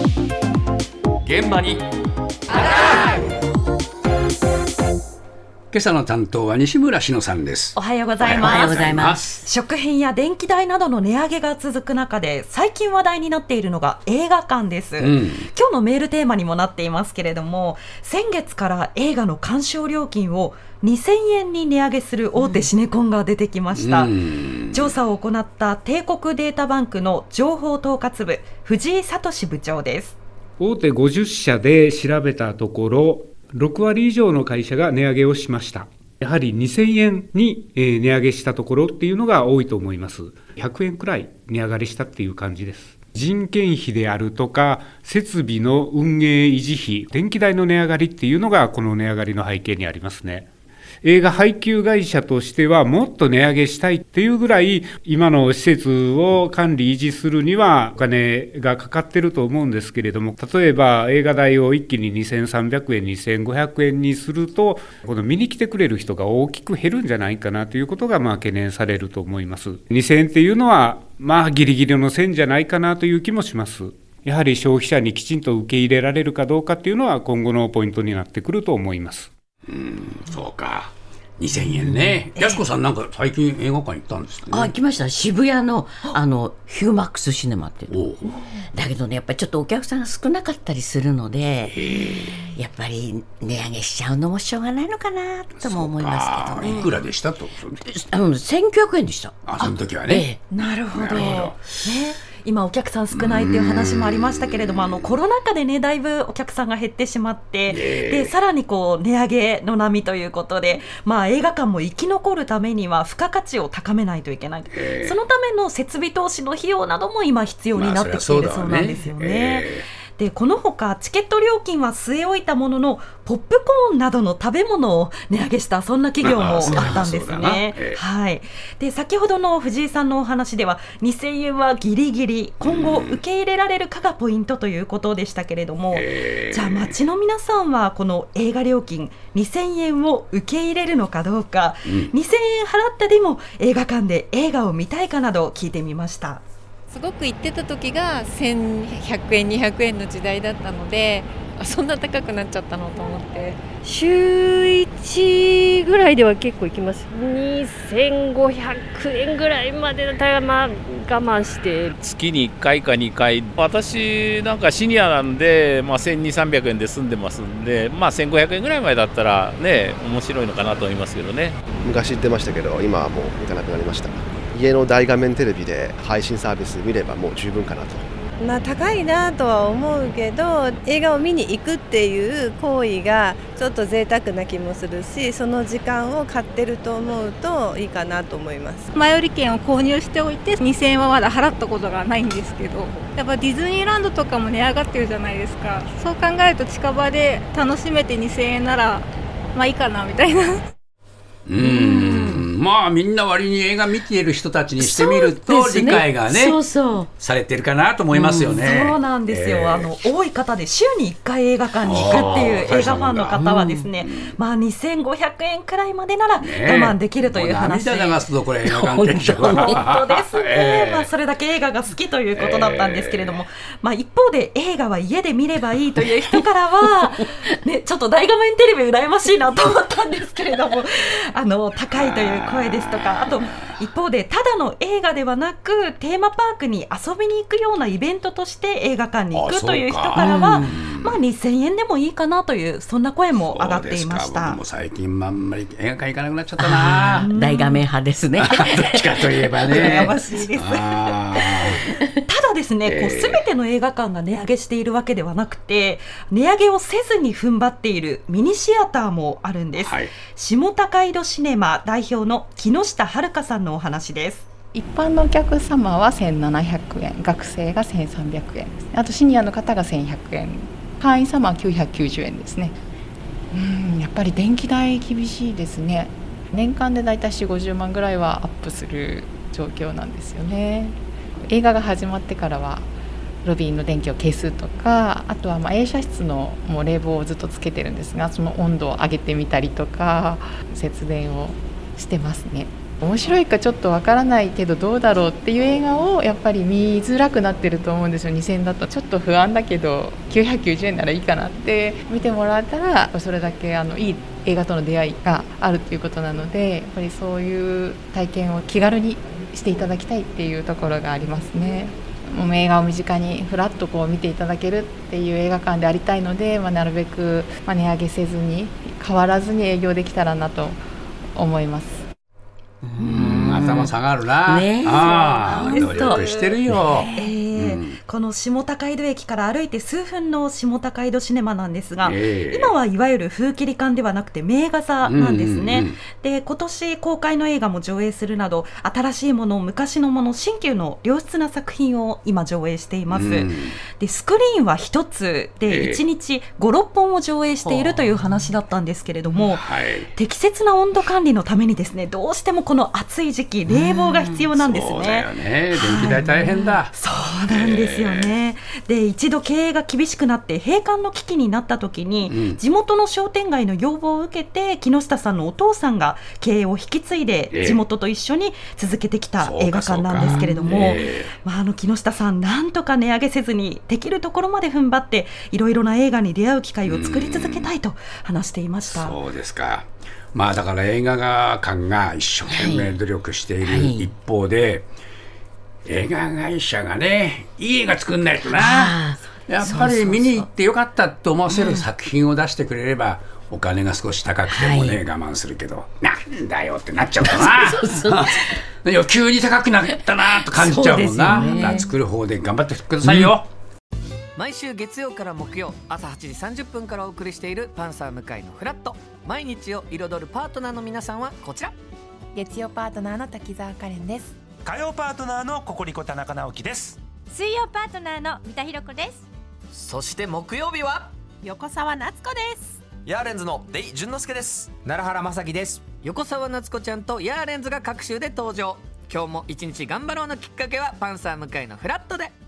現場に今朝の担当は西村篠さんです。 おはようございます。 おはようございます。 食品や電気代などの値上げが続く中で最近話題になっているのが映画館です、今日のメールテーマにもなっていますけれども、先月から映画の鑑賞料金を2000円に値上げする大手シネコンが出てきました、調査を行った帝国データバンクの情報統括部藤井聡部長です。 大手50社で調べたところ6割以上の会社が値上げをしました。やはり2000円に値上げしたところっていうのが多いと思います。100円くらい値上がりしたっていう感じです。人件費であるとか設備の運営維持費、電気代の値上がりっていうのがこの値上がりの背景にありますね。映画配給会社としてはもっと値上げしたいっていうぐらい今の施設を管理維持するにはお金がかかってると思うんですけれども、例えば映画代を一気に2300円2500円にするとこの見に来てくれる人が大きく減るんじゃないかなということが懸念されると思います。2000円っていうのはギリギリの線じゃないかなという気もします。やはり消費者にきちんと受け入れられるかどうかっていうのは今後のポイントになってくると思います。 そうか、2000円ね。やすこさんなんか最近映画館行ったんですかね。 行きました。渋谷のヒューマックスシネマっていうのだけどね、やっぱりちょっとお客さんが少なかったりするのでやっぱり値上げしちゃうのもしょうがないのかなとも思いますけどね。 いくらでしたと 1900円でした。 その時はね、 なるほどね。今お客さん少ないっていう話もありましたけれども、コロナ禍でねだいぶお客さんが減ってしまって、でさらに値上げの波ということで、映画館も生き残るためには付加価値を高めないといけない、そのための設備投資の費用なども今必要になってきているそうなんですよね。でこのほかチケット料金は据え置いたもののポップコーンなどの食べ物を値上げしたそんな企業もあったんですね。で先ほどの藤井さんのお話では2000円はギリギリ今後受け入れられるかがポイントということでしたけれども、じゃあ街の皆さんはこの映画料金2000円を受け入れるのかどうか、2000円払ってでも映画館で映画を見たいかなど聞いてみました。 すごく行ってた時が1100円200円の時代だったので、そんな高くなっちゃったのと思って、 週1ぐらいでは結構行きます。2500円ぐらいまでだったら我慢して月に1回か2回、私なんかシニアなんで、1200、300円で済んでますんで、1500円ぐらい前だったらね面白いのかなと思いますけどね。 昔行ってましたけど今はもう行かなくなりました。家の大画面テレビで配信サービス見ればもう十分かなと。 高いなとは思うけど、映画を見に行くっていう行為がちょっと贅沢な気もするし、その時間を買ってると思うといいかなと思います。 前売り券を購入しておいて2000円はまだ払ったことがないんですけど、やっぱディズニーランドとかも値上がってるじゃないですか。そう考えると近場で楽しめて2000円ならいいかなみたいな。 みんな割に映画見ている人たちにしてみると理解がねされてるかなと思いますよね。 そうなんですよ、多い方で週に1回映画館に行くっていう映画ファンの方はですね、2500円くらいまでなら我慢できるという話。 涙流すぞこれ映画館で。 本当ですね、それだけ映画が好きということだったんですけれども、一方で映画は家で見ればいいという人からは、ちょっと大画面テレビ羨ましいなと思ったんですけれども高いという声ですとか、あと一方でただの映画ではなくテーマパークに遊びに行くようなイベントとして映画館に行くという人からは2000円でもいいかなというそんな声も上がっていました。 僕も最近あんまり映画館行かなくなっちゃったな。 大画面派ですね。 どっちかといえばね羨ましいです。ただですね、全ての映画館が値上げしているわけではなくて、値上げをせずに踏ん張っているミニシアターもあるんです、下高井戸シネマ代表の木下遥さんのお話です。 一般のお客様は1700円、学生が1300円、あとシニアの方が1100円、会員様は990円ですね。やっぱり電気代厳しいですね。年間でだいたい4、50万ぐらいはアップする状況なんですよね。映画が始まってからはロビーの電気を消すとか、あとは映写室のもう冷房をずっとつけてるんですが、その温度を上げてみたりとか節電をしてますね。 面白いかちょっとわからないけどどうだろうっていう映画をやっぱり見づらくなってると思うんですよ。2000円だとちょっと不安だけど990円ならいいかなって見てもらったら、それだけいい映画との出会いがあるっていうことなので、やっぱりそういう体験を気軽にしていただきたいっていうところがありますね。もう映画を身近にフラッと見ていただけるっていう映画館でありたいので、なるべく値上げせずに変わらずに営業できたらなと思います。 頭下がるな、努力してるよ。 この下高井戸駅から歩いて数分の下高井戸シネマなんですが、今はいわゆる風切り館ではなくて名画座なんですね。で、今年公開の映画も上映するなど、新しいもの、昔のもの、新旧の良質な作品を今上映しています。で、スクリーンは一つで1日5、6本を上映しているという話だったんですけれども、適切な温度管理のためにですね、どうしてもこの暑い時期冷房が必要なんですね。 そうだよね、電気代大変だ。 そうなんですよね。で、一度経営が厳しくなって閉館の危機になった時に、地元の商店街の要望を受けて木下さんのお父さんが経営を引き継いで地元と一緒に続けてきた映画館なんですけれども、木下さんなんとか値上げせずにできるところまで踏ん張っていろいろな映画に出会う機会を作り続けたいと話していました。 そうですか。だから映画館が一生懸命努力している一方で、映画会社がね、いい映画作んないとな、やっぱり見に行ってよかったと思わせる作品を出してくれれば、お金が少し高くてもね、我慢するけど、なんだよってなっちゃうかな。急に高くなったなと感じちゃうもんな。作る方で頑張ってくださいよ。 毎週月曜から木曜朝8時30分からお送りしているパンサー向井のフラット。毎日を彩るパートナーの皆さんはこちら。 月曜パートナーの滝沢カレンです。 火曜パートナーのココリコ田中直樹です。 水曜パートナーの三田寛子です。 そして木曜日は横澤夏子です。 ヤーレンズのデイ淳之介です。 奈良原正樹です。 横澤夏子ちゃんとヤーレンズが各週で登場。今日も一日頑張ろうのきっかけはパンサー向井のフラットで。